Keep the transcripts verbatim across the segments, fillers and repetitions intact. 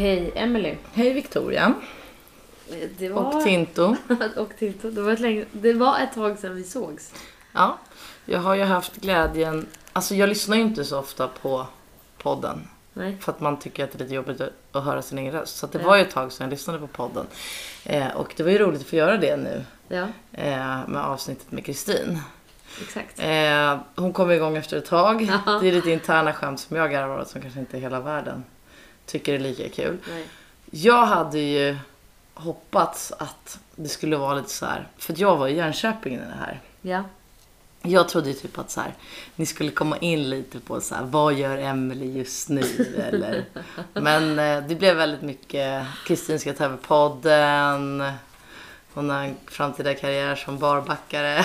Hej Emily. Hej Victoria. Det var... Och Tinto. och Tinto. Det var, ett länge... det var ett tag sedan vi sågs. Ja, jag har ju haft glädjen... Alltså jag lyssnar ju inte så ofta på podden. Nej. För att man tycker att det är lite jobbigt att höra sin egen röst. Så att det Ja. var ju ett tag sedan jag lyssnade på podden. Eh, och det var ju roligt att få göra det nu. Ja. Eh, med avsnittet med Kristin. Exakt. Eh, hon kom igång efter ett tag. Ja. Det är lite interna skämt som jag garvar åt som kanske inte hela världen tycker är lika kul. Nej. Jag hade ju hoppats att det skulle vara lite så här. För att jag var i Jönköping i det här. Ja. Jag trodde ju typ att så här, ni skulle komma in lite på så här, vad gör Emily just nu? Eller, men eh, det blev väldigt mycket Kristin ska ta över podden. Hon har en framtida karriär som barbackare.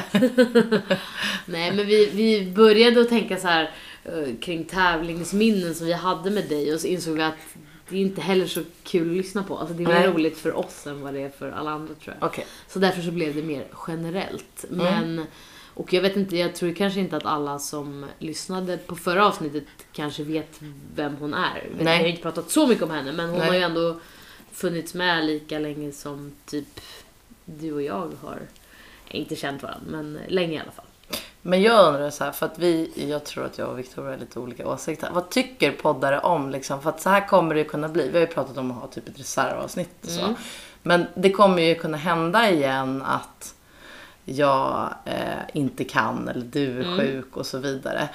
Nej, men vi, vi började att tänka så här uh, kring tävlingsminnen som vi hade med dig. Och så insåg vi att det är inte heller så kul att lyssna på. Alltså det är mer Nej. roligt för oss än vad det är för alla andra, tror jag. Okay. Så därför så blev det mer generellt. Men... Mm. Och jag vet inte, jag tror kanske inte att alla som lyssnade på förra avsnittet kanske vet vem hon är. Vi har inte pratat så mycket om henne, men hon Nej. har ju ändå funnits med lika länge som typ du och jag har. Inte känt varandra, men länge i alla fall. Men jag undrar så här, för att vi, jag tror att jag och Victoria har lite olika åsikter. Vad tycker poddare om liksom? För att så här kommer det kunna bli. Vi har ju pratat om att ha typ ett reservavsnitt och så. Mm. Men det kommer ju kunna hända igen att jag eh, inte kan eller du är sjuk mm. och så vidare.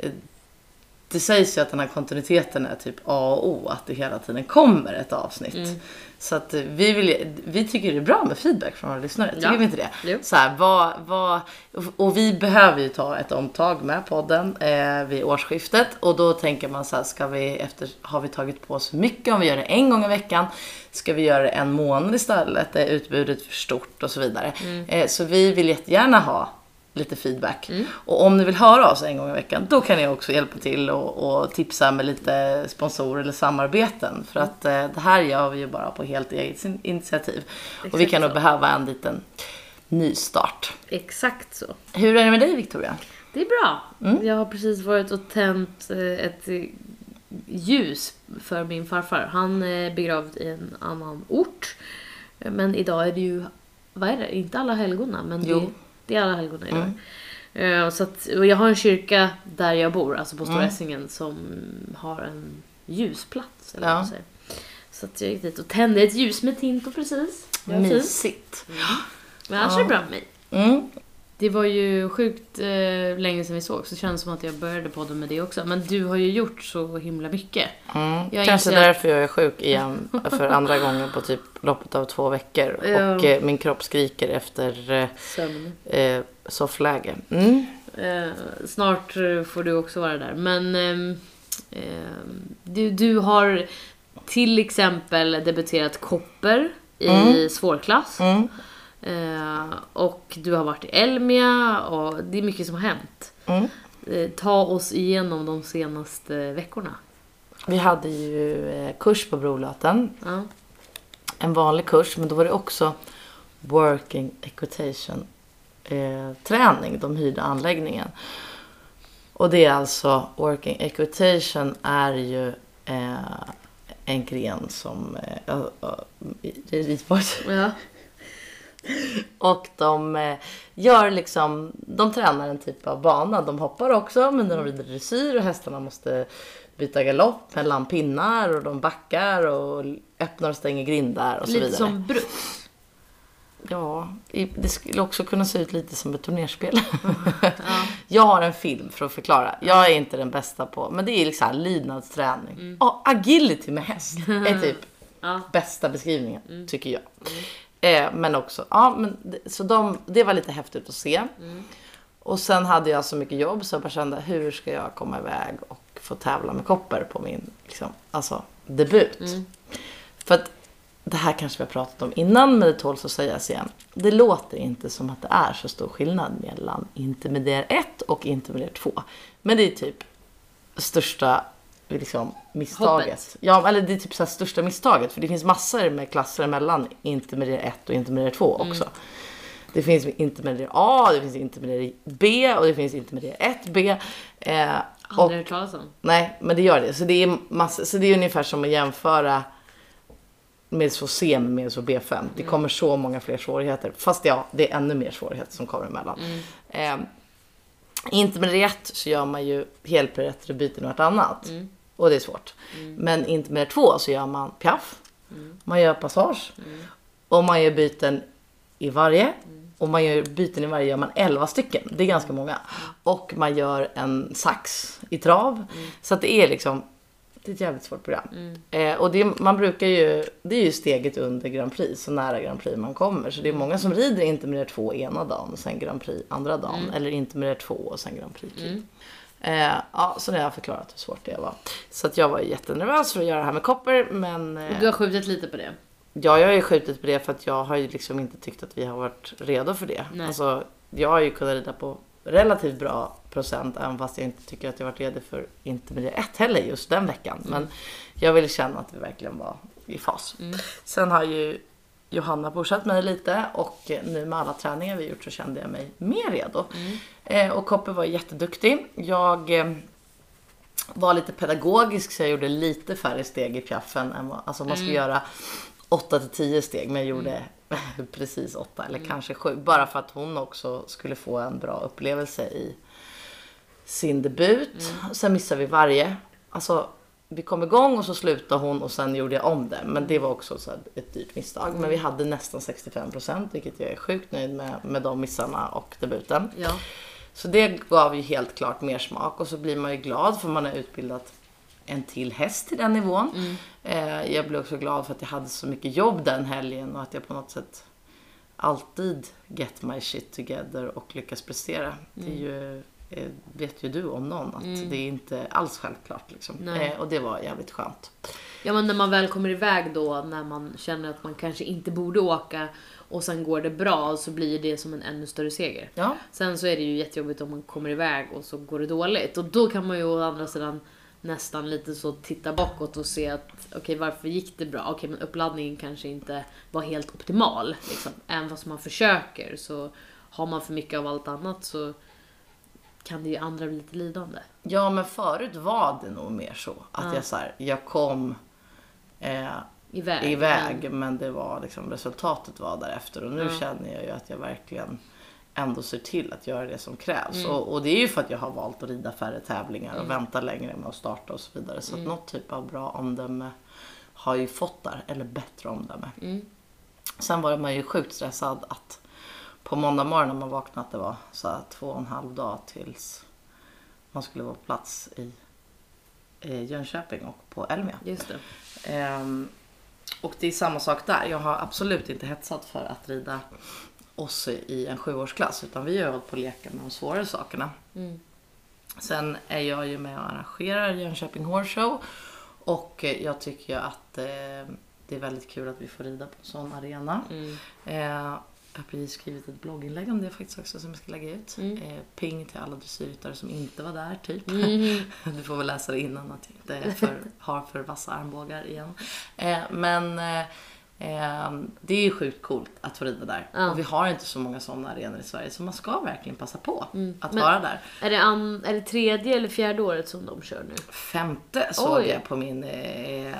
Det sägs ju att den här kontinuiteten är typ A och O, att det hela tiden kommer ett avsnitt. Mm. Så att vi, vill, vi tycker det är bra med feedback från våra lyssnare. Tycker ja. vi inte det? Jo. Så här, vad, vad, och vi behöver ju ta ett omtag med podden eh, vid årsskiftet. Och då tänker man så här, ska vi efter, har vi tagit på oss mycket om vi gör det en gång i veckan? Ska vi göra det en månad istället? Är utbudet för stort och så vidare? Mm. Eh, så vi vill jättegärna ha lite feedback. Mm. Och om ni vill höra oss en gång i veckan, då kan ni också hjälpa till och, och tipsa med lite sponsorer eller samarbeten. För att eh, det här gör vi ju bara på helt eget initiativ. Exakt. Och vi kan nog behöva en liten nystart. Exakt så. Hur är det med dig, Victoria? Det är bra. Mm. Jag har precis varit och tänt ett ljus för min farfar. Han är begravd i en annan ort. Men idag är det ju, vad är det? Inte alla helgona, men jo. det Det är alla helgona idag. Mm. Uh, så att, och jag har en kyrka där jag bor, alltså på Stora mm. Essingen, som har en ljusplats. Eller ja. säger. Så att jag gick dit och tände ett ljus med Tinto precis. Mysigt. Mm. Men annars ja. är det bra med mig. Mm. Det var ju sjukt eh, länge sedan vi såg, så det känns som att jag började podden med det också. Men du har ju gjort så himla mycket. Mm. Jag Kanske inser... därför jag är sjuk igen för andra gången på typ loppet av två veckor. Ja. Och eh, min kropp skriker efter eh, sömn. Eh, soffläge. Mm. Eh, snart får du också vara där. Men eh, eh, du, du har till exempel debuterat Kopper i mm. svårklass. Mm. Uh, och du har varit i Elmia och det är mycket som har hänt. Mm. Uh, ta oss igenom de senaste veckorna. Vi hade ju eh, kurs på Brolöten. Uh. En vanlig kurs, men då var det också working equitation eh, träning. De hyrde anläggningen. Och det är alltså, working equitation är ju eh, en gren som eh, uh, uh, det är ritbart. Ja. Och de eh, gör liksom, de tränar en typ av bana. De hoppar också, men de rider dressyr och hästarna måste byta galopp mellan pinnar och de backar och öppnar och stänger grindar och så vidare. Lite som brus. Ja, det skulle också kunna se ut lite som ett turnerspel. Ja. Jag har en film för att förklara. Jag är inte den bästa på, men det är liksom lydnadsträning. Mm. Och agility med häst är typ ja. bästa beskrivningen, mm. tycker jag. Mm. Eh, men också, ja, men så de, det var lite häftigt att se. Mm. Och sen hade jag så mycket jobb så jag bara kände, hur ska jag komma iväg och få tävla med Kopper på min liksom, alltså, debut. Mm. För att det här kanske vi har pratat om innan, men det tåls att sägas igen. Det låter inte som att det är så stor skillnad mellan intermediär ett och intermediär två. Men det är typ största liksom, misstaget. Hoppet. Ja, eller det är typ så här största misstaget. För det finns massor med klasser mellan intermediär ett och intermediär två också. Mm. Det finns intermediär A, det finns intermediär B och det finns intermediär ett B. Eh, Aldrig hört talas om. Nej, men det gör det. Så det är massor, så det är ungefär som att jämföra medelsvår C med medelsvår B fem. Det kommer så många fler svårigheter. Fast ja, det är ännu mer svårigheter som kommer emellan. Mm. Eh, intermediär ett så gör man ju helpiruetter och byten vartannat. Mm. Och det är svårt. Mm. Men intermediär två så gör man piaff. Mm. Man gör passage. Mm. Och man gör byten i varje. Mm. Och man gör byten i varje gör man elva stycken. Det är ganska många. Mm. Och man gör en sax i trav. Mm. Så att det är liksom... Det är ett jävligt svårt program. Mm. Eh, och det, man brukar ju, det är ju steget under Grand Prix, så nära Grand Prix man kommer. Så det är många som rider intermediär två ena dagen och sen Grand Prix andra dagen. Mm. Eller intermediär två och sen Grand Prix. Mm. Eh, ja, så nu har jag förklarat hur svårt det var. Så att jag var jättenervös för att göra det här med Kopper. Men, eh, du har skjutit lite på det? Ja, jag har ju skjutit på det för att jag har ju liksom inte tyckt att vi har varit redo för det. Nej. Alltså, jag har ju kunnat rida på relativt bra procent, även fast jag inte tycker att jag varit redo för intermediär ett heller just den veckan. Mm. Men jag vill känna att vi verkligen var i fas. Mm. Sen har ju Johanna pushat mig lite och nu med alla träningar vi gjort så kände jag mig mer redo. Mm. Eh, och Kopper var jätteduktig. Jag eh, var lite pedagogisk så jag gjorde lite färre steg i piaffen. Än vad, alltså man ska mm. göra åtta till tio steg, men jag gjorde mm. precis åtta eller mm. kanske sju. Bara för att hon också skulle få en bra upplevelse i sin debut. Mm. Sen missade vi varje. Alltså vi kom igång och så slutade hon och sen gjorde jag om det. Men det var också så ett dyrt misstag. Mm. Men vi hade nästan sextiofem procent, vilket jag är sjukt nöjd med, med de missarna och debuten. Ja. Så det gav ju helt klart mer smak. Och så blir man ju glad för man har utbildat en till häst i den nivån. Mm. Eh, jag blev också glad för att jag hade så mycket jobb den helgen och att jag på något sätt alltid get my shit together och lyckas prestera. Mm. Det är ju, eh, vet ju du om någon att mm. det är inte alls självklart liksom. Eh, och det var jävligt skönt. Ja, men när man väl kommer iväg då, när man känner att man kanske inte borde åka och sen går det bra, så blir det som en ännu större seger. Ja. Sen så är det ju jättejobbigt om man kommer iväg och så går det dåligt. Och då kan man ju å andra sidan nästan lite så titta bakåt och se att okej, okay, varför gick det bra? Okej, okay, men uppladdningen kanske inte var helt optimal liksom. Även fast man försöker, så har man för mycket av allt annat så kan det ju andra bli lite lidande. Ja, men förut var det nog mer så att ja. jag så här, jag kom eh, iväg, iväg men... men det var liksom, resultatet var därefter och nu ja. känner jag ju att jag verkligen ändå ser till att göra det som krävs. Mm. Och, och det är ju för att jag har valt att rida färre tävlingar och mm. vänta längre med att starta och så vidare. Så mm. att något typ av bra omdöme har ju fått där, eller bättre omdöme. Mm. Sen var man ju sjukt stressad att på måndag morgon när man vaknade att det var så här två och en halv dag tills man skulle vara på plats i, i Jönköping och på Elmia. Just det. Ehm, och det är samma sak där. Jag har absolut inte hetsat för att rida oss i en sjuårsklass, utan vi har hållit på att leka med de svårare sakerna. Mm. Sen är jag ju med och arrangerar Jönköping Horse Show och jag tycker att eh, det är väldigt kul att vi får rida på en sån arena. Mm. Eh, jag har precis skrivit ett blogginlägg om det faktiskt också som jag ska lägga ut. Mm. Eh, ping till alla dressyrryttare som inte var där typ. Mm. Du får väl läsa det innan att jag inte för, har för vassa armbågar igen. Eh, men eh, Eh, det är ju sjukt coolt att få rida där. Ja. Och vi har inte så många sådana arenor i Sverige, så man ska verkligen passa på mm. att Men vara där. Är det, an, är det tredje eller fjärde året som de kör nu? Femte såg Oj. jag på min eh,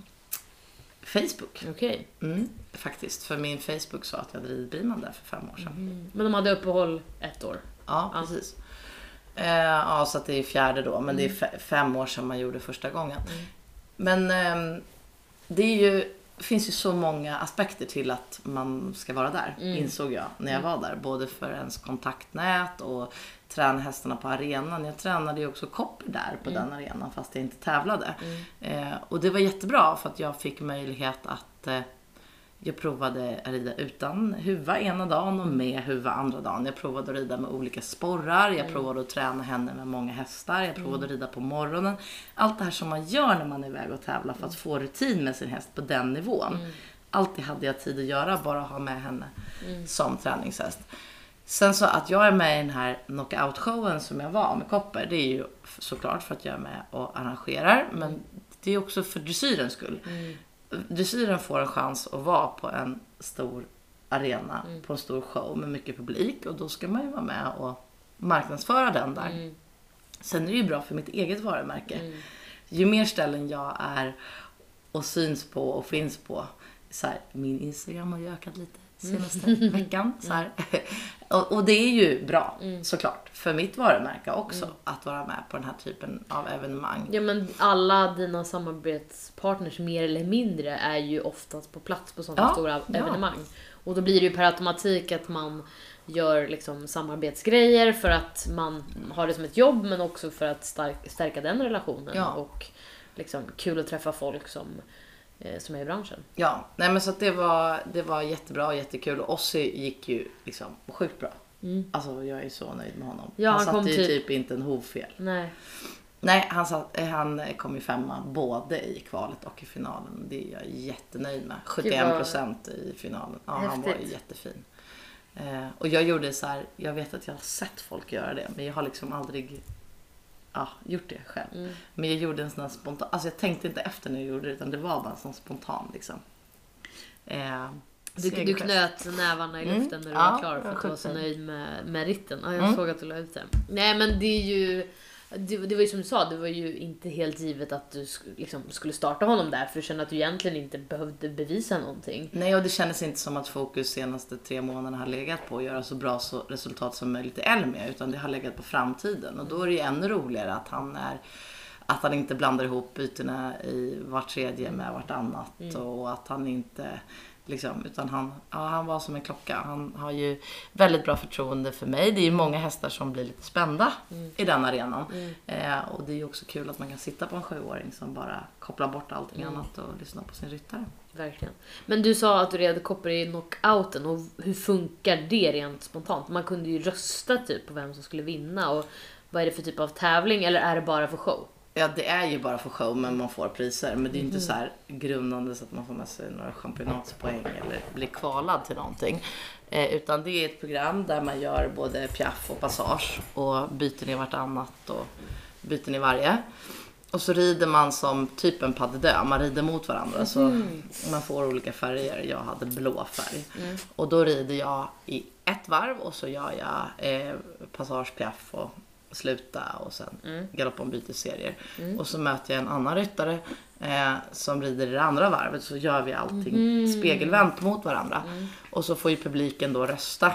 Facebook. Okej. Okay. Mm, faktiskt, för min Facebook sa att jag hade ridit Briman där för fem år sedan. Mm. Men de hade uppehåll ett år? Ja, ja. precis. Eh, ja, så att det är fjärde då, men mm. det är f- fem år sedan man gjorde första gången. Mm. Men eh, det är ju Det finns ju så många aspekter till att man ska vara där, mm. insåg jag när jag var där. Både för ens kontaktnät och träna hästarna på arenan. Jag tränade ju också Kopper där på mm. den arenan fast jag inte tävlade. Mm. Eh, och det var jättebra för att jag fick möjlighet att eh, jag provade att rida utan huva ena dagen och med huva andra dagen. Jag provade att rida med olika sporrar. Jag mm. provade att träna henne med många hästar. Jag provade mm. att rida på morgonen. Allt det här som man gör när man är iväg och tävlar för att få rutin med sin häst på den nivån. Mm. Allt det hade jag tid att göra, bara ha med henne mm. som träningshäst. Sen så att jag är med i den här knockout-showen som jag var med Kopper, det är ju såklart för att jag är med och arrangerar. Men det är också för dressyrens skull. Mm. Dressyren får en chans att vara på en stor arena, mm. på en stor show med mycket publik, och då ska man ju vara med och marknadsföra den där. Mm. Sen är det ju bra för mitt eget varumärke. Mm. Ju mer ställen jag är och syns på och finns på, så här, min Instagram har ju ökat lite senaste mm. veckan. Så här. och, och det är ju bra, mm. såklart. För mitt varumärke också, mm. att vara med på den här typen av evenemang. Ja, men alla dina samarbetspartners, mer eller mindre, är ju oftast på plats på sådana ja, stora ja. evenemang. Och då blir det ju per automatik att man gör liksom samarbetsgrejer för att man har det som ett jobb, men också för att stark, stärka den relationen. Ja. Och liksom kul att träffa folk som, eh, som är i branschen. Ja, nej men så att det var, det var jättebra och jättekul. Och Ossi gick ju liksom sjukt bra. Mm. Alltså jag är så nöjd med honom. Ja, han han satte ju typ... typ inte en hovfel. Nej. Nej, han, satt, han kom ju femma både i kvalet och i finalen. Det är jag jättenöjd med. sjuttioen procent i finalen. Ja, han var ju jättefin. Eh, och jag gjorde så här, jag vet att jag har sett folk göra det, men jag har liksom aldrig ja, gjort det själv. Mm. Men jag gjorde en sån här spontan, alltså jag tänkte inte efter när jag gjorde det, utan det var bara en sån spontan liksom. Eh, du, du knöt nävarna i luften mm. när du ja, var klar för att du var så nöjd med, med ritten. Ja, jag mm. såg att du la ut det. Nej, men det är ju Det, det var ju som du sa, det var ju inte helt givet att du liksom skulle starta honom där, för du kände att du egentligen inte behövde bevisa någonting. Nej, och det kändes inte som att fokus senaste tre månaderna har legat på att göra så bra så resultat som möjligt i Elmia, utan det har legat på framtiden. Och då är det ju ännu roligare att han är att han inte blandar ihop bytena i vart tredje med vartannat mm. och att han inte liksom, utan han, ja, han var som en klocka. Han har ju väldigt bra förtroende för mig. Det är ju många hästar som blir lite spända mm. i den arenan. Mm. Eh, och det är ju också kul att man kan sitta på en sjuåring som bara kopplar bort allting mm. annat och lyssna på sin ryttare. Verkligen. Men du sa att du red koppar i knockouten, och hur funkar det rent spontant? Man kunde ju rösta typ på vem som skulle vinna, och vad är det för typ av tävling, eller är det bara för show? Ja, det är ju bara för show, men man får priser. Men det är ju inte så här grundande så att man får med sig några championatspoäng eller blir kvalad till någonting. Eh, utan det är ett program där man gör både piaff och passage och byter i vartannat och byter i varje. Och så rider man som typ en pas de deux. Man rider mot varandra så mm. man får olika färger. Jag hade blå färg. Mm. Och då rider jag i ett varv och så gör jag eh, passage, piaff och sluta och sen mm. galoppombytesserier. Mm. Och så möter jag en annan ryttare eh, som rider i det andra varvet, så gör vi allting mm. spegelvänt mot varandra. Mm. Och så får ju publiken då rösta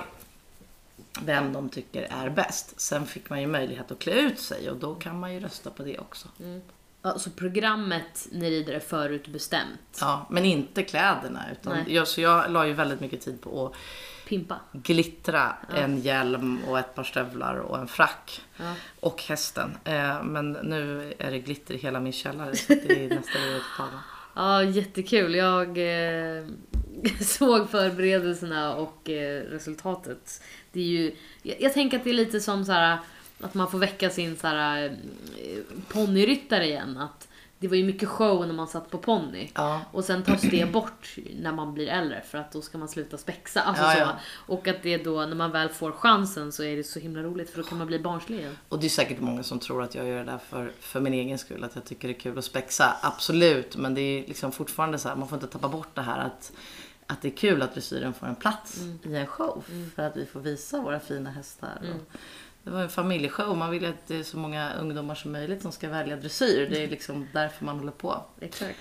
vem de tycker är bäst. Sen fick man ju möjlighet att klä ut sig, och då kan man ju rösta på det också. Mm. Ja, så programmet ni rider är förutbestämt? Ja, men inte kläderna. Utan jag, så jag la ju väldigt mycket tid på att pimpa, glittra, ja. En hjälm och ett par stövlar och en frack ja. Och hästen. Eh, men nu är det glitter i hela min källare, så det är nästa resultat. Ja, jättekul. Jag eh, såg förberedelserna och eh, resultatet. Det är ju, jag, jag tänker att det är lite som så här, att man får väcka sin så här, eh, ponnyryttare igen. Att det var ju mycket show när man satt på ponny. Ja. Och sen tas det bort när man blir äldre, för att då ska man sluta spexa. Alltså ja, ja. Så. Och att det då, när man väl får chansen, så är det så himla roligt, för då kan man bli barnslig igen. Och det är säkert många som tror att jag gör det där för, för min egen skull. Att jag tycker det är kul att spexa. Absolut. Men det är liksom fortfarande så här, man får inte tappa bort det här att, att det är kul att dressyren får en plats mm. i en show. Mm. För att vi får visa våra fina hästar. Mm. Och det var en familjeshow. Man vill att det är så många ungdomar som möjligt som ska välja dressyr. Det är liksom därför man håller på. Exakt.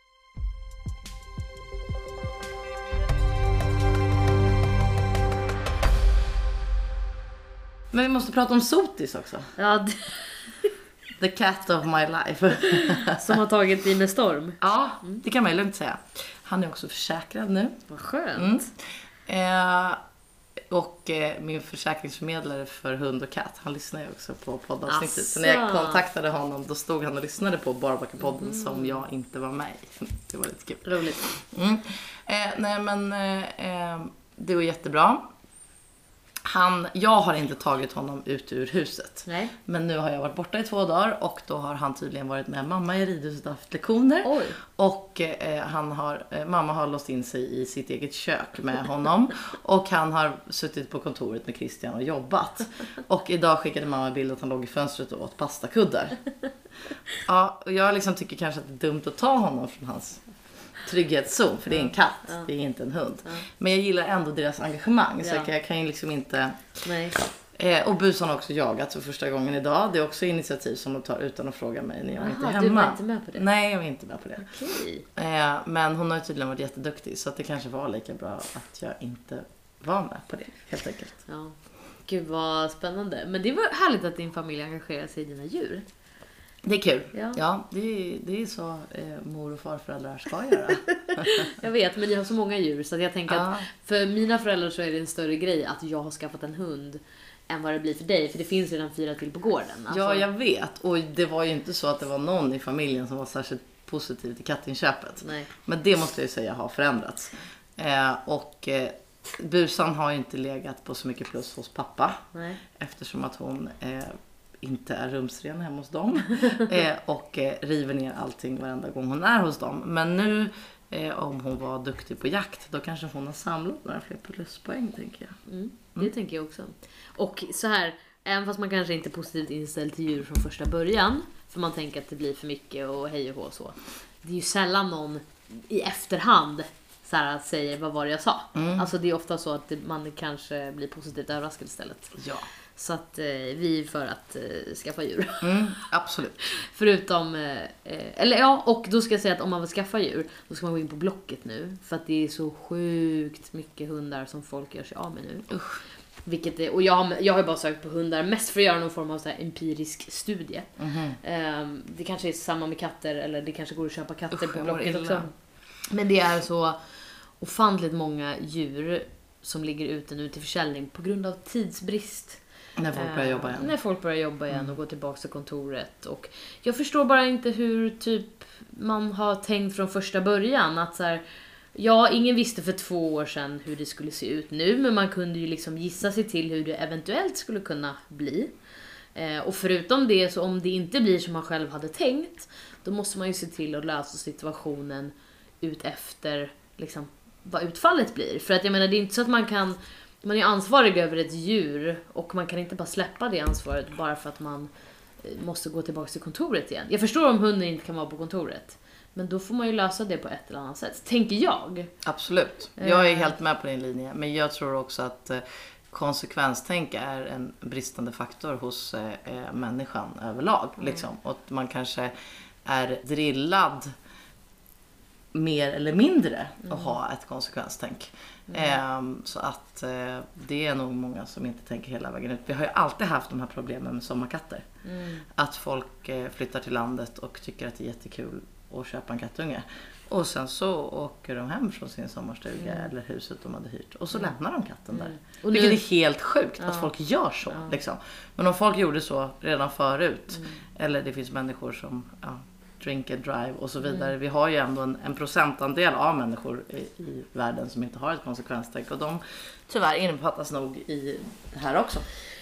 Men vi måste prata om Sotis också. Ja, det... The cat of my life. Som har tagit i med storm. Ja, det kan man ju lugnt säga. Han är också försäkrad nu. Vad skönt. Mm. Eh... Och eh, min försäkringsförmedlare för hund och katt, han lyssnar ju också på poddavsnittet. Så när jag kontaktade honom, då stod han och lyssnade på Barbacka-podden mm. som jag inte var med i. Det var lite kul. Roligt. Mm. Eh, nej men eh, det var jättebra. Han, jag har inte tagit honom ut ur huset. Nej. Men nu har jag varit borta i två dagar, och då har han tydligen varit med mamma i ridhuset och haft lektioner. Oj. Och eh, han har, eh, mamma har låst in sig i sitt eget kök med honom. Och han har suttit på kontoret med Christian och jobbat. Och idag skickade mamma bild att han låg i fönstret och åt pastakuddar. Ja, och jag liksom tycker kanske att det är dumt att ta honom från hans trygghetszon, för det är en katt, ja. Det är inte en hund. Ja. Men jag gillar ändå deras engagemang, så ja. jag kan ju liksom inte Nej. Eh, och busan har också jagat för första gången idag. Det är också initiativ som de tar utan att fråga mig när jag Aha, inte är hemma. Du var inte med på det? Nej, jag var inte med på det. Okej. Eh, men hon har tydligen varit jätteduktig, så att det kanske var lika bra att jag inte var med på det, helt enkelt. Ja. Gud vad spännande. Men det var härligt att din familj engagerar sig i dina djur. Det är kul. Ja, ja det, är, det är så eh, mor- och farföräldrar ska göra. Jag vet, men ni har så många djur så att jag tänker Ja. att för mina föräldrar så är det en större grej att jag har skaffat en hund än vad det blir för dig. För det finns redan fyra till på gården. Alltså... Ja, jag vet. Och det var ju inte så att det var någon i familjen som var särskilt positiv till kattinköpet. Nej. Men det måste jag ju säga har förändrats. Eh, och eh, busan har ju inte legat på så mycket plus hos pappa. Nej. Eftersom att hon eh, inte är rumsren hemma hos dem. eh, och eh, river ner allting varenda gång hon är hos dem. Men nu, eh, om hon var duktig på jakt, då kanske hon har samlat några fler pluspoäng, tänker jag. Mm, det mm. tänker jag också. Och så här, även fast man kanske inte är positivt inställd till djur från första början, för man tänker att det blir för mycket och hej och hå och så. Det är ju sällan någon i efterhand så här, säger vad var det jag sa. Mm. Alltså det är ofta så att det, man kanske blir positivt överraskad istället. Ja. Så att eh, vi är för att eh, skaffa djur. Mm, absolut. Förutom, eh, eller ja, och då ska jag säga att om man vill skaffa djur, då ska man gå in på Blocket nu. För att det är så sjukt mycket hundar som folk gör sig av med nu. Usch. Vilket är, och jag har, jag har bara sökt på hundar mest för att göra någon form av så här empirisk studie. Mm-hmm. Eh, det kanske är samma med katter, eller det kanske går att köpa katter Usch, på Blocket också. Men det är så ofantligt många djur som ligger ute nu till försäljning på grund av tidsbrist. När folk börjar jobba igen. Eh, när folk börjar jobba igen och gå tillbaka till kontoret. Och jag förstår bara inte hur typ man har tänkt från första början. Att så här, ja, ingen visste för två år sedan hur det skulle se ut nu. Men man kunde ju liksom gissa sig till hur det eventuellt skulle kunna bli. Eh, och förutom det, så om det inte blir som man själv hade tänkt, då måste man ju se till att lösa situationen ut efter liksom, vad utfallet blir. För att jag menar, det är inte så att man kan... Man är ansvarig över ett djur och man kan inte bara släppa det ansvaret bara för att man måste gå tillbaka till kontoret igen. Jag förstår om hunden inte kan vara på kontoret, men då får man ju lösa det på ett eller annat sätt, tänker jag. Absolut. Jag är helt med på din linje, men jag tror också att konsekvenstänk är en bristande faktor hos eh, människan överlag. Mm. Liksom. Och man kanske är drillad mer eller mindre att mm. ha ett konsekvenstänk. Mm. Eh, så att eh, det är nog många som inte tänker hela vägen ut. Vi har ju alltid haft de här problemen med sommarkatter. Mm. Att folk eh, flyttar till landet och tycker att det är jättekul att köpa en kattunge. Och sen så åker de hem från sin sommarstuga mm. eller huset de hade hyrt. Och så mm. lämnar de katten där. Mm. Och nu... Vilket är helt sjukt ja. att folk gör så. Ja. Liksom. Men om folk gjorde så redan förut. Mm. Eller det finns människor som ja, drink and drive och så vidare. Mm. Vi har ju ändå en, en procentandel av människor i, i världen som inte har ett konsekvenstänk. Och de tyvärr infattas nog i det här också.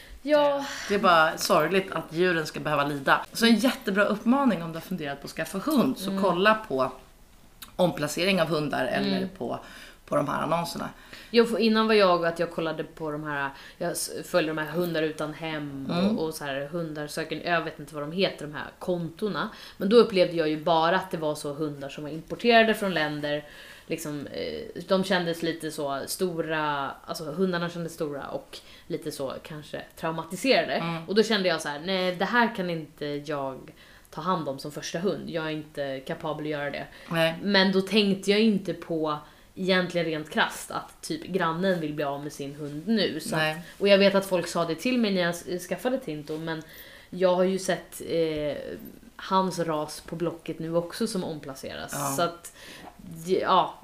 Ja. Det är bara sorgligt att djuren ska behöva lida. Så en jättebra uppmaning om du har funderat på att skaffa hund. Så mm. kolla på omplacering av hundar mm. eller på, på de här annonserna. Jo, innan var jag att jag kollade på de här, jag följde de här hundar utan hem mm. och, och så här hundar söker, jag vet inte vad de heter, de här kontona. Men då upplevde jag ju bara att det var så hundar som var importerade från länder. Liksom, de kändes lite så stora, alltså hundarna kändes stora och lite så kanske traumatiserade. Mm. Och då kände jag så här, nej det här kan inte jag ta hand om som första hund. Jag är inte kapabel att göra det. Nej. Men då tänkte jag inte på egentligen rent krasst att typ grannen vill bli av med sin hund nu. Så att, och jag vet att folk sa det till mig när jag skaffade Tinto, men jag har ju sett eh, hans ras på Blocket nu också som omplaceras. Ja. Så att ja,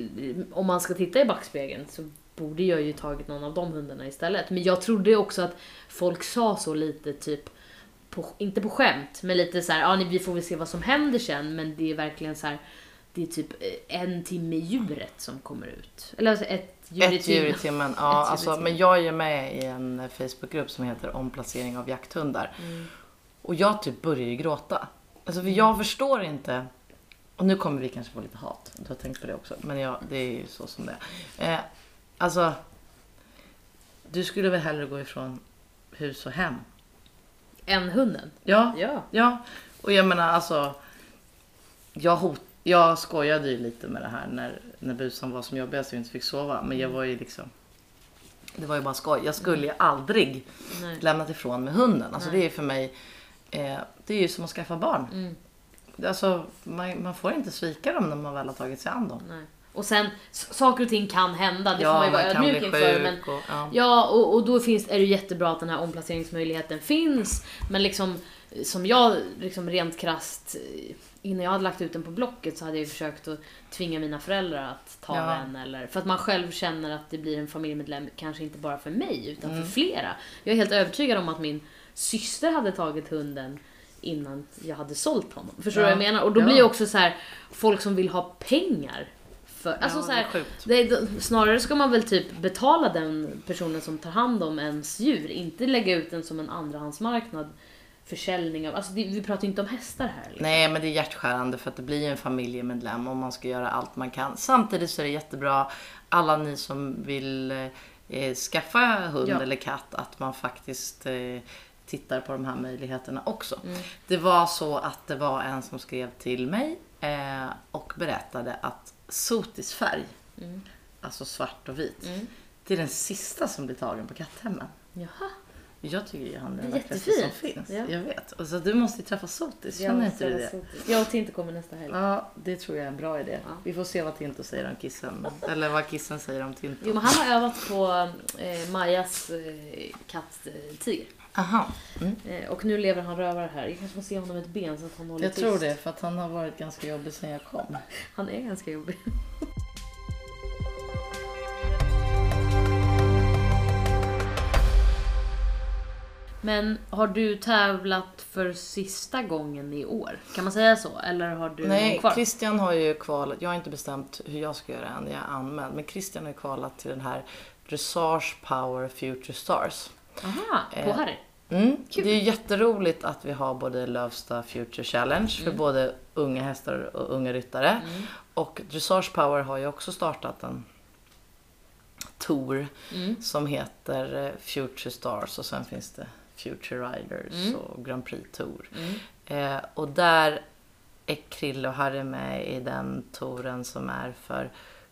om man ska titta i backspegeln så borde jag ju tagit någon av de hundarna istället. Men jag trodde också att folk sa så lite typ på, inte på skämt, men lite så här, ja, vi får väl se vad som händer sen, men det är verkligen så här, det är typ en timme djuret som kommer ut. Eller alltså ett djur i ett djur i timmen. Ja, alltså, men jag är med i en Facebookgrupp som heter Omplacering av jakthundar. Mm. Och jag typ börjar ju gråta. Alltså för jag förstår inte. Och nu kommer vi kanske få lite hat. Du har tänkt på det också. Men ja, det är ju så som det är. Eh, alltså, du skulle väl hellre gå ifrån hus och hem än hunden? Ja, ja. ja. Och jag menar alltså, jag hot, jag skojade ju lite med det här när, när busan var som jobbigast och jag inte fick sova. Men jag var ju liksom, Det var ju bara skoj. Jag skulle ju aldrig Nej. lämnat ifrån med hunden. Alltså Nej. det är för mig, eh, det är ju som att skaffa barn. Mm. Alltså man, man får inte svika dem när man väl har tagit sig an dem. Nej. Och sen, s- saker och ting kan hända. Det Ja, får man ju vara man kan ödmjuk bli inför. sjuk Men, och- ja. ja, och, och då finns, är det jättebra att den här omplaceringsmöjligheten finns. Men liksom, som jag liksom rent krasst, eh, innan jag hade lagt ut den på Blocket så hade jag ju försökt att tvinga mina föräldrar att ta Ja. den. Eller, för att man själv känner att det blir en familjemedlem, kanske inte bara för mig utan Mm. för flera. Jag är helt övertygad om att min syster hade tagit hunden innan jag hade sålt honom. Förstår du Ja. vad jag menar? Och då Ja. blir det också så här, folk som vill ha pengar. För, alltså Ja, så det är här, sjukt. det är, snarare ska man väl typ betala den personen som tar hand om ens djur. Inte lägga ut den som en andrahandsmarknad. Försäljning av, alltså det, vi pratar ju inte om hästar här. Liksom. Nej, men det är hjärtskärande för att det blir ju en familjemedlem och man ska göra allt man kan. Samtidigt så är det jättebra, alla ni som vill eh, skaffa hund Ja. eller katt, att man faktiskt eh, tittar på de här möjligheterna också. Mm. Det var så att det var en som skrev till mig eh, och berättade att sotisfärg, Mm. alltså svart och vit, Mm. det är den sista som blir tagen på katthemmen. Jaha. Jag tycker ju han är Det den är vackraste som jättefint. finns. Ja. Jag vet. Och så du måste ju träffa Sotis, känner inte du det? Jag och Tinte kommer nästa helg. Ja, det tror jag är en bra idé. Ja. Vi får se vad Tinto säger om kissen. Eller vad kissen säger om Tinto. Jo, men han har övat på eh, Majas eh, katt-tiger. Aha. Mm. Eh, och nu lever han rövare här. Jag kanske får se honom ett ben så att han håller Jag tyst. tror det, för att han har varit ganska jobbig sedan jag kom. Han är ganska jobbig. Men har du tävlat för sista gången i år? Kan man säga så? Eller har du någon Nej, kvar? Christian har ju kvalat. Jag har inte bestämt hur jag ska göra än. Jag är anmäld. Men Christian har ju kvalat till den här Dressage Power Future Stars. Aha, på Eh, Harry. Mm. Kul. Det är jätteroligt att vi har både Lövsta Future Challenge för Mm. både unga hästar och unga ryttare. Mm. Och Dressage Power har ju också startat en tour Mm. som heter eh, Future Stars och sen finns det Future Riders Mm. och Grand Prix Tour. Mm. Eh, och där är Krille och Harry med i den touren som är för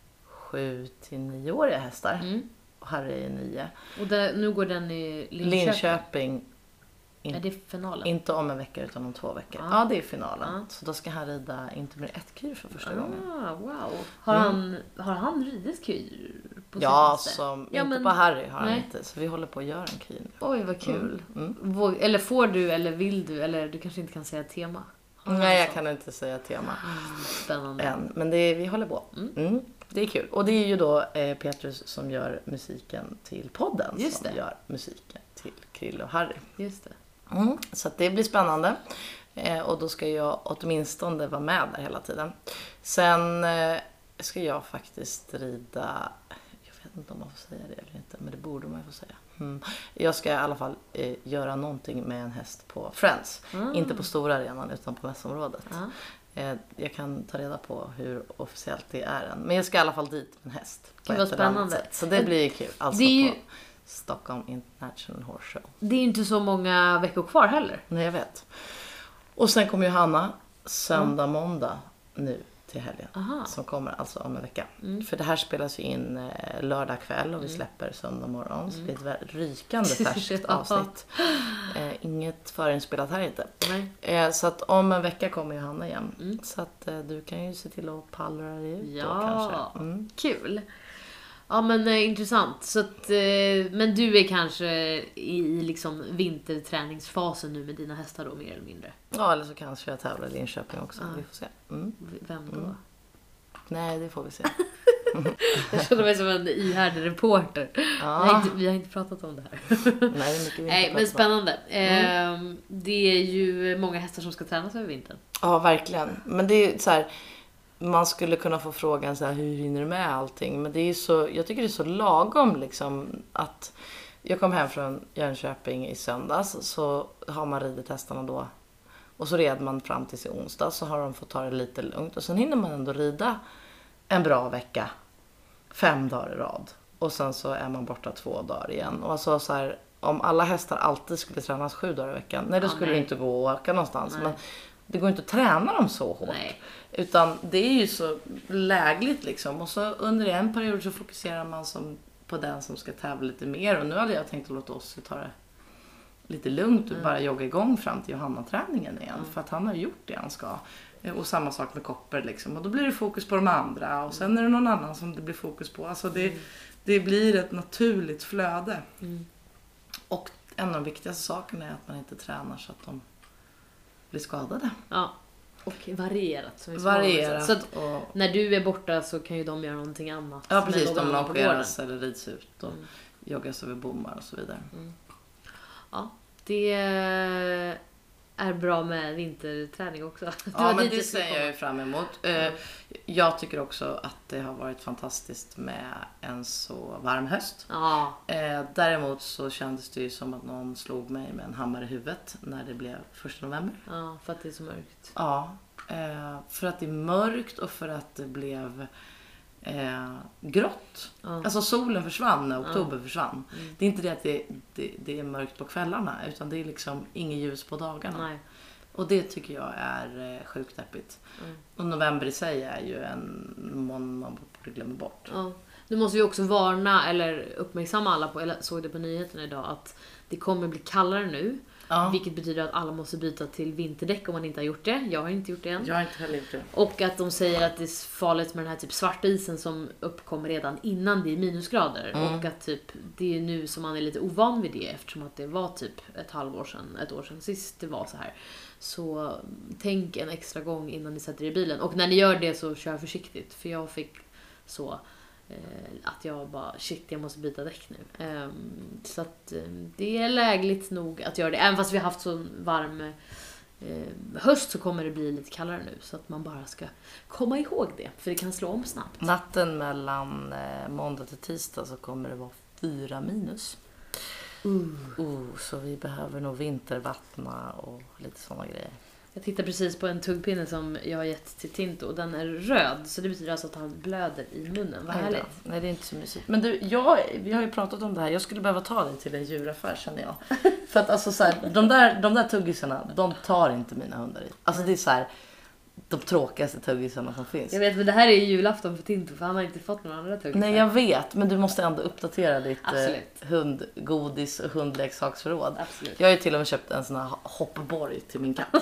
sju till nioåriga hästar. Mm. Och Harry är nio. Och där, nu går den i Linköping. Linköping. In, Är det finalen? Inte om en vecka utan om två veckor. Ja. Ja, det är finalen. Ja. Så då ska han rida inte mer ett kyr för första gången. Ah, wow. Har, Mm. han, har han ridit kyr på Ja, senaste? som, Ja, inte men- på Harry har han nej. inte. Så vi håller på att göra en kyr nu. Oj, vad kul. Mm. Våg, eller får du, eller vill du, eller du kanske inte kan säga tema? Har han Nej, jag så? kan inte säga tema Spännande. än. Men det är, vi håller på. Mm. Mm. Det är kul. Och det är ju då eh, Petrus som gör musiken till podden. Just som det. gör musiken till Krille och Harry. Just det. Mm. Så att det blir spännande. Eh, och då ska jag åtminstone vara med där hela tiden. Sen eh, ska jag faktiskt rida... Jag vet inte om man får säga det eller inte, men det borde man ju få säga. Mm. Jag ska i alla fall eh, göra någonting med en häst på Friends. Ah. Inte på stora arenan utan på mässområdet. Ja. Eh, jag kan ta reda på hur officiellt det är än. Men jag ska i alla fall dit med en häst. På Gud, vad ett eller annat spännande. sätt. Så det blir kul. Alltså Det är ju- på Stockholm International Horse Show. Det är ju inte så många veckor kvar heller. Nej, jag vet. Och sen kommer Johanna söndag, måndag nu till helgen. Aha. Som kommer alltså om en vecka. Mm. För det här spelas ju in eh, lördag kväll och vi släpper söndag morgon. Så det är ett väldigt rykande färskt Ja. avsnitt. Eh, inget förinspelat här inte. Nej. Eh, så att om en vecka kommer Johanna igen. Mm. Så att eh, du kan ju se till att pallra dig ut Ja. då kanske. Mm. Kul. Ja, men eh, intressant. Så att, eh, men du är kanske i, i liksom vinterträningsfasen nu med dina hästar då, mer eller mindre. Ja, eller så kanske jag tävlar i Linköping också. Ja. Vi får se. Mm. Vem då? Mm. Nej, det får vi se. Jag känner mig som en ihärdig reporter. Vi, har Ja. inte, vi har inte pratat om det här. Nej, det är mycket vi inte Nej, men pratar om. spännande. Mm. Det är ju många hästar som ska tränas över vintern. Ja, verkligen. Men det är ju så här, man skulle kunna få frågan så här, hur hinner du med allting? Men det är ju så, jag tycker det är så lagom liksom att jag kom hem från Jönköping i söndags, så har man ridit hästarna då. Och så red man fram till i onsdag, så har de fått ta det lite lugnt. Och sen hinner man ändå rida en bra vecka, fem dagar i rad. Och sen så är man borta två dagar igen. Och alltså så här, om alla hästar alltid skulle tränas sju dagar i veckan, nej då Ja, skulle nej. det inte gå att åka någonstans. Nej. Men det går inte att träna dem så hårt. Nej. Utan det är ju så lägligt liksom. Och så under en period så fokuserar man som på den som ska tävla lite mer. Och nu hade jag tänkt att låta oss ta det lite lugnt och mm. bara jogga igång fram till Johanna-träningen igen. Mm. För att han har gjort det han ska. Och samma sak med Kopper liksom. Och då blir det fokus på de andra. Och sen är det någon annan som det blir fokus på. Alltså det, mm. det blir ett naturligt flöde. Mm. Och en av de viktigaste sakerna är att man inte tränar så att de blir skadade. Ja. Och varierat. Som varierat. Så att och... när du är borta så kan ju de göra någonting annat. Ja, precis. De longeras eller rids ut och mm. joggas över bommar och så vidare. Mm. Ja, det är bra med vinterträning också. Ja, men det ser jag ju fram emot. Mm. Jag tycker också att det har varit fantastiskt med en så varm höst. Ja. Däremot så kändes det ju som att någon slog mig med en hammare i huvudet när det blev första november. Ja, för att det är så mörkt. Ja, för att det är mörkt och för att det blev Eh, grått. Ja. Alltså solen försvann när oktober ja. försvann. Mm. Det är inte det att det, det, det är mörkt på kvällarna, utan det är liksom inget ljus på dagarna. Nej. Och det tycker jag är eh, sjukt deppigt. Mm. Och november i sig är ju en månad man borde glömma bort. Ja. Nu måste vi också varna eller uppmärksamma alla på, eller såg det på nyheterna idag, att det kommer bli kallare nu. Ja. Vilket betyder att alla måste byta till vinterdäck om man inte har gjort det. Jag har inte gjort det än. Jag har inte heller gjort det. Och att de säger att det är farligt med den här typ svarta isen som uppkommer redan innan det är minusgrader. Mm. Och att typ det är nu som man är lite ovan vid det, eftersom att det var typ ett halvår sedan, ett år sedan sist det var så här. Så tänk en extra gång innan ni sätter er i bilen. Och när ni gör det så kör försiktigt. För jag fick så... att jag bara, shit, jag måste byta däck nu. Um, så att um, det är lägligt nog att göra det. Även fast vi har haft så varm um, höst så kommer det bli lite kallare nu. Så att man bara ska komma ihåg det. För det kan slå om snabbt. Natten mellan eh, måndag till tisdag så kommer det vara fyra minus. Uh. Uh, så vi behöver nog vintervattna och lite sådana grejer. Jag tittar precis på en tuggpinne som jag har gett till Tinto och den är röd, så det betyder alltså att han blöder i munnen. Vad härligt. Nej, det är inte så mysigt. Men du, jag, vi har ju pratat om det här. Jag skulle behöva ta dig till en djuraffär, känner jag. För att alltså så här, de där, de där tuggisarna, de tar inte mina hundar i. Alltså det är så här, de tråkigaste tuggisarna som finns. Jag vet, men det här är ju julafton för Tinto, för han har inte fått några andra tuggisar. Nej, jag vet, men du måste ändå uppdatera ditt eh, hundgodis och hundleksaksförråd. Absolut. Jag har ju till och med köpt en sån här hoppborg till min katt.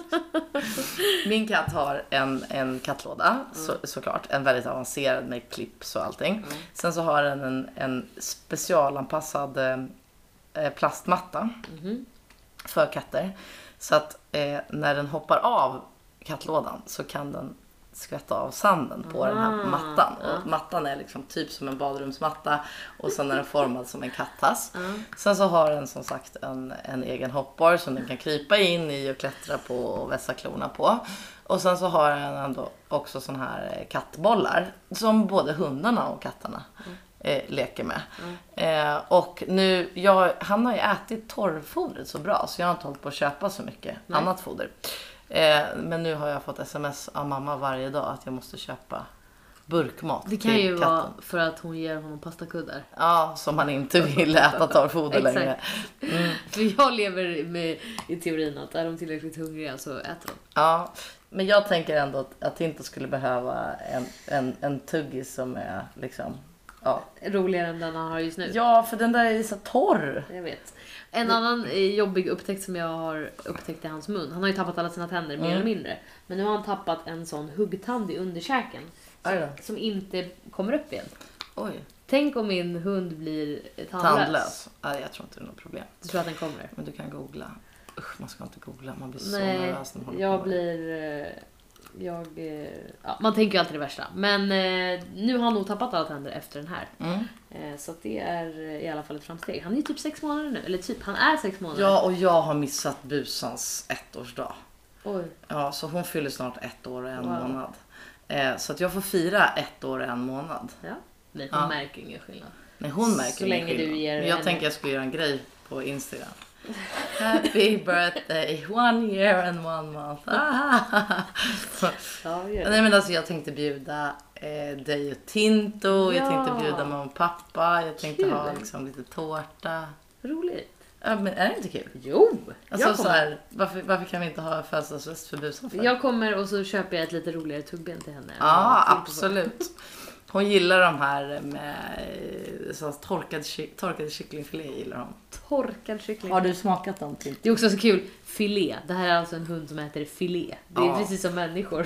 Min katt har en, en kattlåda, mm. så, såklart. En väldigt avancerad med clips och allting. Mm. Sen så har den en, en specialanpassad eh, plastmatta mm. för katter. Så att eh, när den hoppar av kattlådan så kan den skvätta av sanden på ah, den här mattan. Och ah. mattan är liksom typ som en badrumsmatta och sen är den formad som en kattass. Ah. Sen så har den som sagt en, en egen hoppbar som den kan krypa in i och klättra på och vässa klorna på. Och sen så har den ändå också sån här kattbollar som både hundarna och katterna mm. eh, leker med. Mm. Eh, och nu, jag, han har ju ätit torrfodret så bra så jag har inte hållit på att köpa så mycket Nej. annat foder. Eh, men nu har jag fått sms av mamma varje dag att jag måste köpa burkmat. Det kan ju katten. Vara för att hon ger honom pastakuddar. Ja, som han inte vill äta torrfoder längre. Mm. För jag lever med i teorin att är de tillräckligt hungriga så äter de. Ja, men jag tänker ändå att, att inte skulle behöva en, en, en tuggis som är liksom... Ja. Roligare än den han har just nu. Ja, för den där är så torr. Jag vet. En annan jobbig upptäckt som jag har upptäckt i hans mun. Han har ju tappat alla sina tänder, mer mm. eller mindre. Men nu har han tappat en sån huggtand i underkäken. Som, som inte kommer upp igen. Oj. Tänk om min hund blir tandlös. Tandlös? Nej, jag tror inte det är något problem. Du tror att den kommer? Men du kan googla. Usch, man ska inte googla. Man blir Nej, så nervös när man jag på. blir... Jag, ja, man tänker ju alltid det värsta. Men eh, nu har han nog tappat alla tänder efter den här. Mm. Eh, så att det är i alla fall ett framsteg. Han är ju typ sex månader nu. Eller typ, han är sex månader. Ja, och jag har missat busans ettårsdag. Oj. Ja, så hon fyller snart ett år och en wow. månad. Eh, så att jag får fira ett år och en månad. Ja, nej, hon ja. märker ingen skillnad. Nej, hon märker så ingen skillnad. Du ger Men jag henne... tänker jag skulle göra en grej på Instagram. Happy birthday, one year and one month. Ja, Nej, men alltså jag tänkte bjuda eh, dig och Tinto. Ja. Jag tänkte bjuda mamma och pappa. Jag tänkte kul. ha liksom lite tårta. Roligt. Ja, men är det inte kul? Jo, alltså, så här, varför, varför kan vi inte ha födelsedagsfest för busan för? Jag kommer och så köper jag ett lite roligare tuggben till henne. Ja, absolut. Hon gillar de här med så torkad, torkad kycklingfilé gillar hon. Torkad kyckling. Har du smakat dem till? Det är också så kul. Filé. Det här är alltså en hund som äter filé. Det är ja. precis som människor.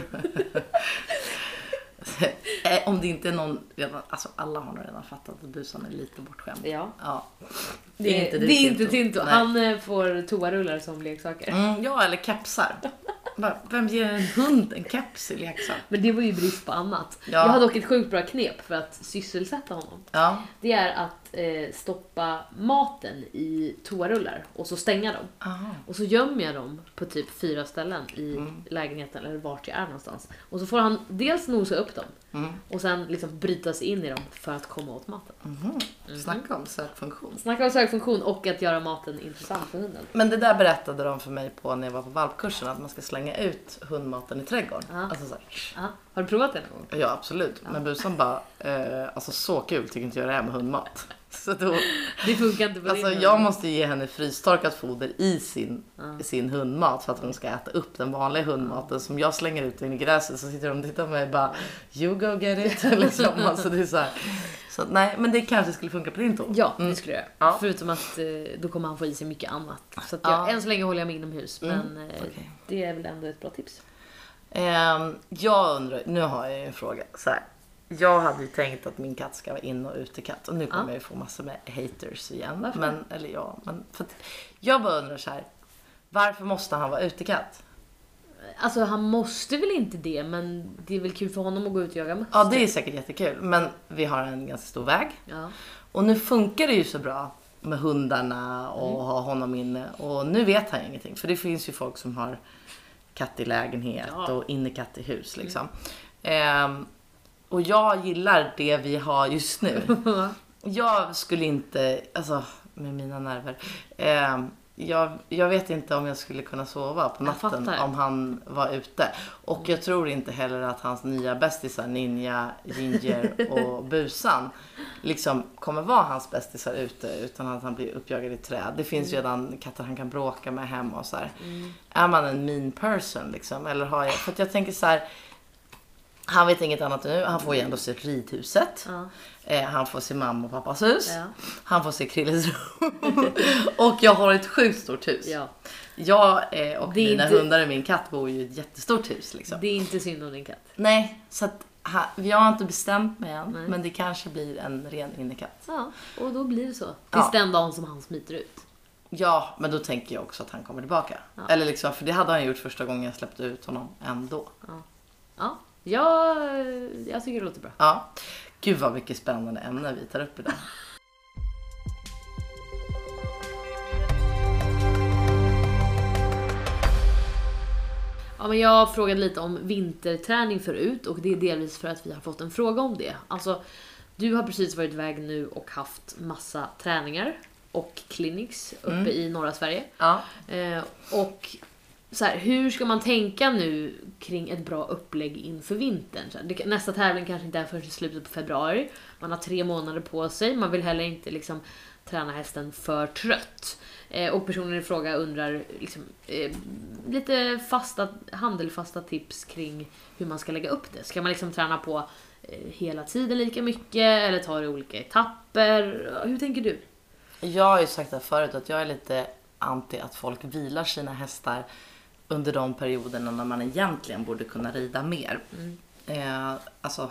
Om det inte är någon redan, alltså alla har nog redan fattat att busan är lite bortskämd. Ja. ja. Det är inte, det är inte Tinto. Han får toarullar som leksaker. Mm, ja, eller kepsar. Vem ger en hund en keps i leksak? Men det var ju brist på annat. Ja. Jag har dock ett sjukt bra knep för att sysselsätta honom. Ja. Det är att eh, stoppa maten i toarullar och så stänga dem. Aha. Och så gömmer jag dem på typ fyra ställen i mm. lägenheten eller vart jag är någonstans. Och så får han dels nosa upp dem mm. och sen liksom bryta sig in i dem för att komma åt maten. Mm. Mm. Snacka om sökfunktion. Snacka om sökfunktion och att göra maten intressant för hunden. Men det där berättade de för mig på när jag var på valpkursen, att man ska slänga ut hundmaten i trädgården. Ja. Alltså så här. Har du provat det någon gång? Ja, absolut. Ja. Men busan bara, eh, alltså så kul tycker inte jag det är med hundmat. Så då, det funkar inte på alltså din jag hund. måste ge henne frystorkat foder i sin, ja. sin hundmat för att hon ska äta upp den vanliga hundmaten som jag slänger ut in i gräset. Så sitter de och tittar på mig och bara, you go get it. liksom. Alltså det är så här. Så att, nej, men det kanske skulle funka på din tå. Ja, det skulle jag. Ja. Förutom att eh, då kommer han få i sig mycket annat. Så att jag, Ja. än så länge håller jag mig inomhus. Mm. Men eh, Okay. det är väl ändå ett bra tips. Um, jag undrar, nu har jag ju en fråga. Så här. Jag hade ju tänkt att min katt ska vara in- och utekatt. Och nu kommer Ja. jag ju få massor med haters igen. Varför? Men, eller ja, men för att, jag bara undrar så här. Varför måste han vara utekatt? Alltså han måste väl inte det, men det är väl kul för honom att gå ut och jaga möss. Ja, det är säkert jättekul. Men vi har en ganska stor väg. Ja. Och nu funkar det ju så bra med hundarna och mm. ha honom inne. Och nu vet han ingenting. För det finns ju folk som har katt i lägenhet ja. och innekatt i hus liksom. Mm. Um, och jag gillar det vi har just nu. Jag skulle inte, alltså med mina nerver. Um, Jag, jag vet inte om jag skulle kunna sova på natten om han var ute. Och jag tror inte heller att hans nya bästisar, Ninja, Ginger och Busan liksom kommer vara hans bästisar ute utan att han blir uppjagad i träd. Det finns mm. redan katter han kan bråka med hemma och så här. Mm. Är man en mean person liksom? Eller har jag, för att jag tänker så här. Han vet inget annat nu. Han får ju ändå se ridhuset. Ja. Eh, han får se mamma och pappas hus. Ja. Han får se Krilles rum. Och jag har ett sjukt stort hus. Ja. Jag eh, och mina inte... hundar och min katt bor ju i ett jättestort hus. Liksom. Det är inte synd om din katt. Nej, så att ha, vi har inte bestämt mig än. Nej. Men det kanske blir en ren innekatt. Ja, och då blir det så. Tills ja. den dagen som han smiter ut. Ja, men då tänker jag också att han kommer tillbaka. Ja. Eller liksom, för det hade han gjort första gången jag släppte ut honom ändå. Ja. Ja. Ja, jag tycker det låter bra. Ja, gud vad mycket spännande ämnen vi tar upp idag. Ja, men jag frågade lite om vinterträning förut och det är delvis för att vi har fått en fråga om det. Alltså, du har precis varit iväg nu och haft massa träningar och clinics uppe mm. i norra Sverige. Ja. Eh, och så här, hur ska man tänka nu kring ett bra upplägg inför vintern? Så här, det, nästa tävling kanske inte är förrän i slutet på februari. Man har tre månader på sig. Man vill heller inte liksom träna hästen för trött. Eh, och personen i fråga undrar liksom, eh, lite fasta, handelfasta tips kring hur man ska lägga upp det. Ska man liksom träna på eh, hela tiden lika mycket eller ta det i olika etapper? Hur tänker du? Jag har ju sagt det förut att jag är lite anti att folk vilar sina hästar under de perioderna när man egentligen borde kunna rida mer. Mm. Eh, alltså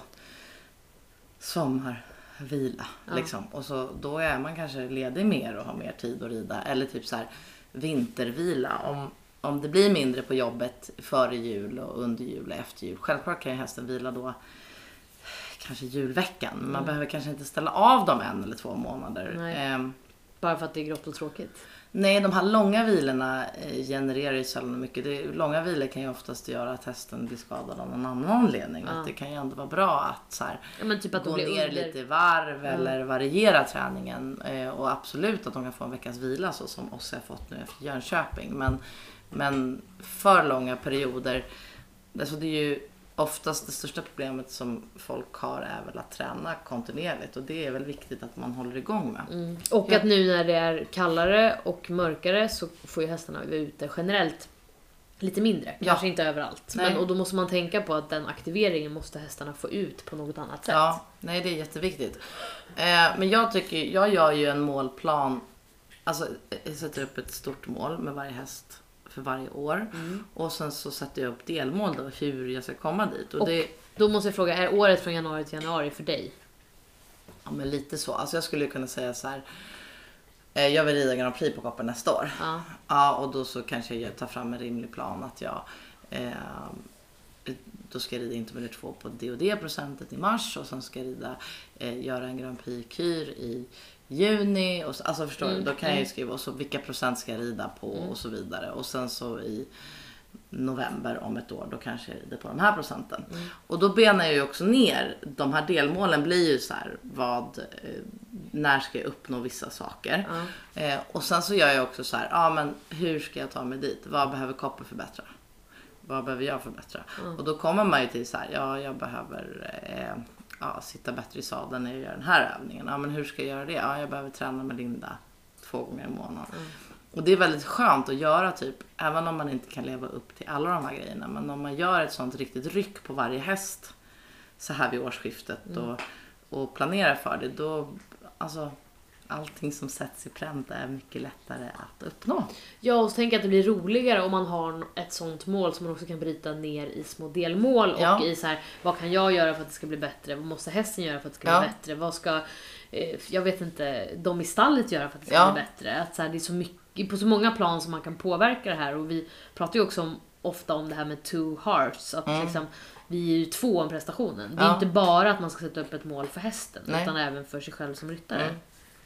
sommarvila ja. liksom. Och så då är man kanske ledig mer och har mer tid att rida. Eller typ så här vintervila. Om, om det blir mindre på jobbet före jul och under jul och efter jul. Självklart kan ju hästen vila då kanske julveckan. Men man mm. behöver kanske inte ställa av dem en eller två månader. Eh, Bara för att det är grått och tråkigt. Nej, de här långa vilorna genererar ju sällan mycket. Det, långa vilor kan ju oftast göra att hästen blir skadad av någon annan anledning. Ja. Att det kan ju ändå vara bra att, så här, ja, men typ att gå ner under... lite i varv mm. eller variera träningen. Eh, och absolut att de kan få en veckas vila så som oss har fått nu efter Jönköping. Men, men för långa perioder, alltså det är ju oftast det största problemet som folk har är väl att träna kontinuerligt och det är väl viktigt att man håller igång med. Mm. Och ja. att nu när det är kallare och mörkare så får ju hästarna vara ute generellt lite mindre. Ja. Kanske inte överallt. Men, och då måste man tänka på att den aktiveringen måste hästarna få ut på något annat sätt. Ja, nej det är jätteviktigt. Eh, men jag tycker, jag gör ju en målplan. Alltså jag sätter upp ett stort mål med varje häst för varje år. Mm. Och sen så sätter jag upp delmål då hur jag ska komma dit. Och, och det, då måste jag fråga, är året från januari till januari för dig? Ja men lite så. Alltså jag skulle kunna säga så här. Eh, jag vill rida Grand Prix på Koppen nästa år. Ja. Ja och då så kanske jag tar fram en rimlig plan att jag... Eh, då ska jag rida intermeller två på det och det procentet i mars. Och sen ska jag rida, eh, göra en Grand Prix-kyr i juni. Och så, alltså förstår mm. du, då kan jag ju skriva och så vilka procent ska jag rida på mm. och så vidare. Och sen så i november om ett år, då kanske jag rider på de här procenten. Mm. Och då benar jag ju också ner, de här delmålen blir ju så här, vad, eh, när ska jag uppnå vissa saker. Mm. Eh, och sen så gör jag också så här, ja men hur ska jag ta mig dit? Vad behöver Koppen förbättra? Vad behöver jag förbättra? Mm. Och då kommer man ju till så här, ja jag behöver eh, ja, sitta bättre i sadeln när jag gör den här övningen. Ja men hur ska jag göra det? Ja jag behöver träna med Linda två gånger i månaden. Mm. Och det är väldigt skönt att göra typ, även om man inte kan leva upp till alla de här grejerna. Men om man gör ett sånt riktigt ryck på varje häst så här vid årsskiftet mm. och, och planerar för det, då, alltså allting som sätts i pränt är mycket lättare att uppnå. Ja, och så tänker jag att det blir roligare om man har ett sånt mål som man också kan bryta ner i små delmål och ja. i så här, vad kan jag göra för att det ska bli bättre? Vad måste hästen göra för att det ska ja. bli bättre? Vad ska, eh, jag vet inte, de i stallet göra för att det ska ja. bli bättre? Att så här, det är så mycket, på så många plan som man kan påverka det här, och vi pratar ju också om, ofta om det här med two hearts, att mm. liksom, vi är ju två om prestationen. Det är ja. inte bara att man ska sätta upp ett mål för hästen, Nej. utan även för sig själv som ryttare. Mm.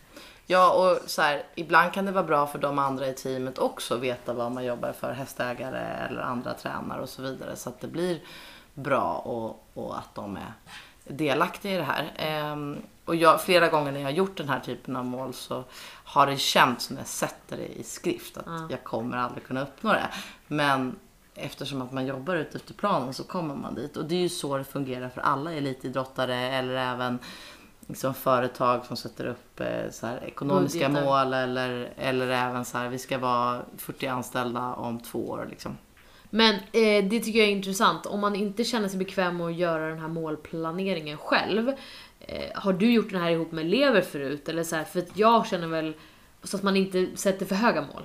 Ja, och så här, ibland kan det vara bra för de andra i teamet också att veta vad man jobbar för, hästägare eller andra tränare och så vidare, så att det blir bra och, och att de är delaktiga i det här. Ehm, och jag, flera gånger när jag har gjort den här typen av mål så har det känts när jag sätter det i skrift att mm. jag kommer aldrig kunna uppnå det. Men eftersom att man jobbar ut efter planen så kommer man dit. Och det är ju så det fungerar för alla elitidrottare eller även liksom företag som sätter upp eh, så här, ekonomiska Budgetar. mål eller, eller även så här, vi ska vara fyrtio anställda om två år liksom. Men eh, det tycker jag är intressant. Om man inte känner sig bekväm med att göra den här målplaneringen själv, eh, har du gjort den här ihop med elever förut? Eller så här, för att jag känner väl så att man inte sätter för höga mål.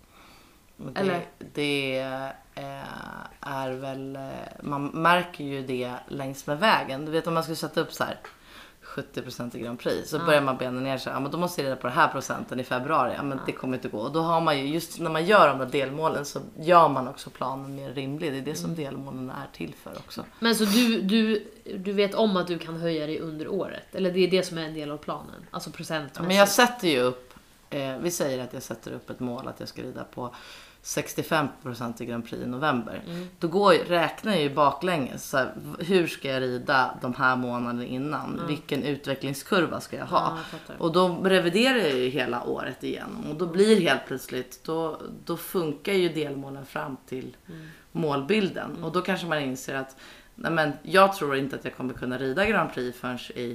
Det, eller? Det eh, är väl, man märker ju det längs med vägen. Du vet om man skulle sätta upp så här sjuttio procent i Grand Prix. Så ja. börjar man bena ner sig. Ja, men då måste jag reda på det här procenten i februari. Ja, men ja. det kommer inte gå. Och då har man ju, just när man gör de där delmålen så gör man också planen mer rimlig. Det är det som delmålen är till för också. Men så du, du, du vet om att du kan höja dig under året? Eller det är det som är en del av planen? Alltså procentmässigt. Ja, men jag sätter ju upp, eh, vi säger att jag sätter upp ett mål att jag ska rida på sextiofem procent i Grand Prix i november. Mm. Då går, räknar jag ju baklänges. Så här, hur ska jag rida de här månaderna innan? Mm. Vilken utvecklingskurva ska jag ha? Ja, och då reviderar jag ju hela året igen. Och då blir helt plötsligt, då, då funkar ju delmålen fram till mm. målbilden. Mm. Och då kanske man inser att nej men, jag tror inte att jag kommer kunna rida Grand Prix förrän i,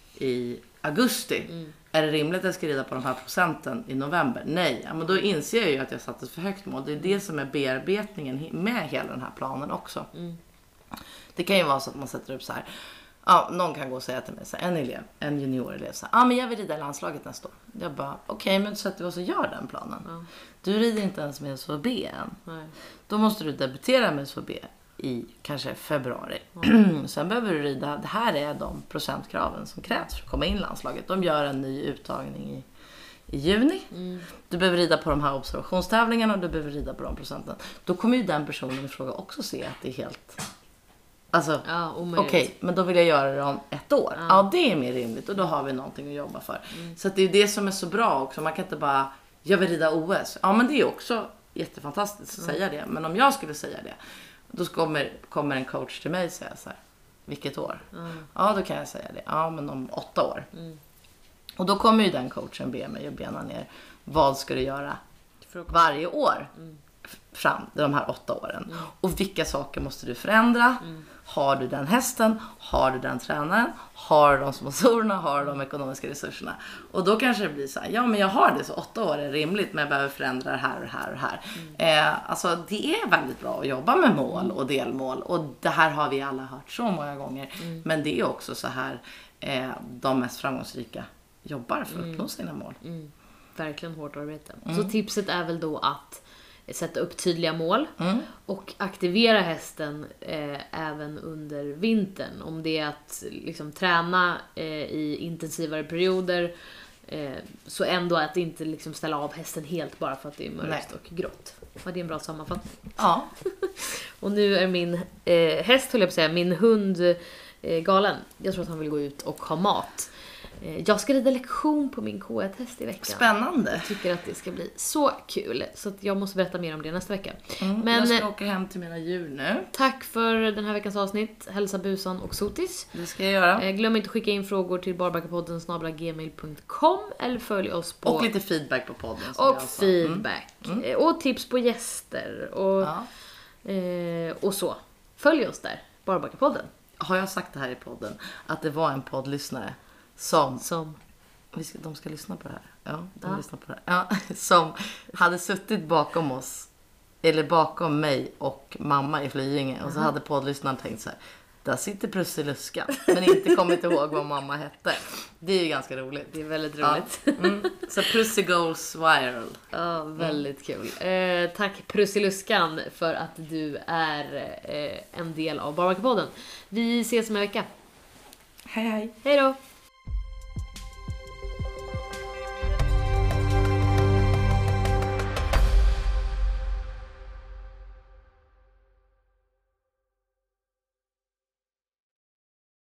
i augusti. Mm. Är det rimligt att jag ska rida på de här procenten i november? Nej, ja, men då inser jag ju att jag satt ett för högt mål. Det är det som är bearbetningen med hela den här planen också. Mm. Det kan ju vara så att man sätter upp så här. Ja, någon kan gå och säga till mig, så här, en elev, en juniorelev, så här, ja men jag vill rida i landslaget nästa år. Jag bara, okej okay, men så sätter vi oss och gör den planen. Ja. Du rider inte ens med S V B än. Nej. Då måste du debutera med S V B i kanske februari. Mm. Sen behöver du rida, det här är de procentkraven som krävs för att komma in i landslaget. De gör en ny uttagning i, i juni. Mm. Du behöver rida på de här observationstävlingarna och du behöver rida på de procenten. Då kommer ju den personen i fråga också se att det är helt, alltså ja, okej, okay, men då vill jag göra det om ett år. Ja. ja, det är mer rimligt och då har vi någonting att jobba för. Mm. Så att det är det som är så bra också. Man kan inte bara, jag vill rida O S. Ja, men det är också jättefantastiskt att mm. säga det. Men om jag skulle säga det, då kommer, kommer en coach till mig och säga så här, vilket år? Mm. Ja, då kan jag säga det. Ja, men om åtta år. Mm. Och då kommer ju den coachen be mig att bena ner, vad ska du göra varje år? Mm. fram de här åtta åren. Mm. Och vilka saker måste du förändra? Mm. Har du den hästen? Har du den tränaren? Har du de sponsorerna? Har du de ekonomiska resurserna? Och då kanske det blir så här, ja men jag har det så åtta år är rimligt, men jag behöver förändra det här och här och här. Mm. Eh, alltså det är väldigt bra att jobba med mål och delmål. Och det här har vi alla hört så många gånger. Mm. Men det är också så här eh, de mest framgångsrika jobbar för att uppnå mm. sina mål. Mm. Verkligen hårt arbete. Mm. Så tipset är väl då att sätta upp tydliga mål mm. och aktivera hästen eh, även under vintern. Om det är att liksom, träna eh, i intensivare perioder eh, så ändå att inte liksom, ställa av hästen helt bara för att det är mörkt Nej. och grått. Var det en bra sammanfattning? Ja. Och nu är min eh, häst, höll jag på att säga, min hund eh, galen. Jag tror att han vill gå ut och ha mat. Jag ska rida lektion på min K ett-häst i veckan. Spännande. Jag tycker att det ska bli så kul. Så att jag måste berätta mer om det nästa vecka. Mm, Men, jag ska åka hem till mina djur nu. Tack för den här veckans avsnitt. Hälsa Busan och Sotis. Det ska jag göra. Glöm inte att skicka in frågor till barbackapodden snabla gmail punkt com eller följ oss på... Och lite feedback på podden. Och feedback. Mm. Mm. Och tips på gäster. Och, ja. eh, och så. Följ oss där. Barbackapodden. Har jag sagt det här i podden? Att det var en poddlyssnare Som, som. Vi ska, de ska lyssna på det här. Ja, de ja. lyssnar på det här. Ja, som hade suttit bakom oss, eller bakom mig och mamma i Flyinge. Och så hade poddlyssnaren tänkt så här: där sitter Prussiluskan, men inte kommit ihåg vad mamma hette. Det är ju ganska roligt. Det är väldigt roligt. Ja. Mm. Så Prussi goes viral. Ja, väldigt mm. kul. Eh, tack Prussiluskan för att du är eh, en del av Barbackapodden. Vi ses om en vecka. Hej hej. Hej då.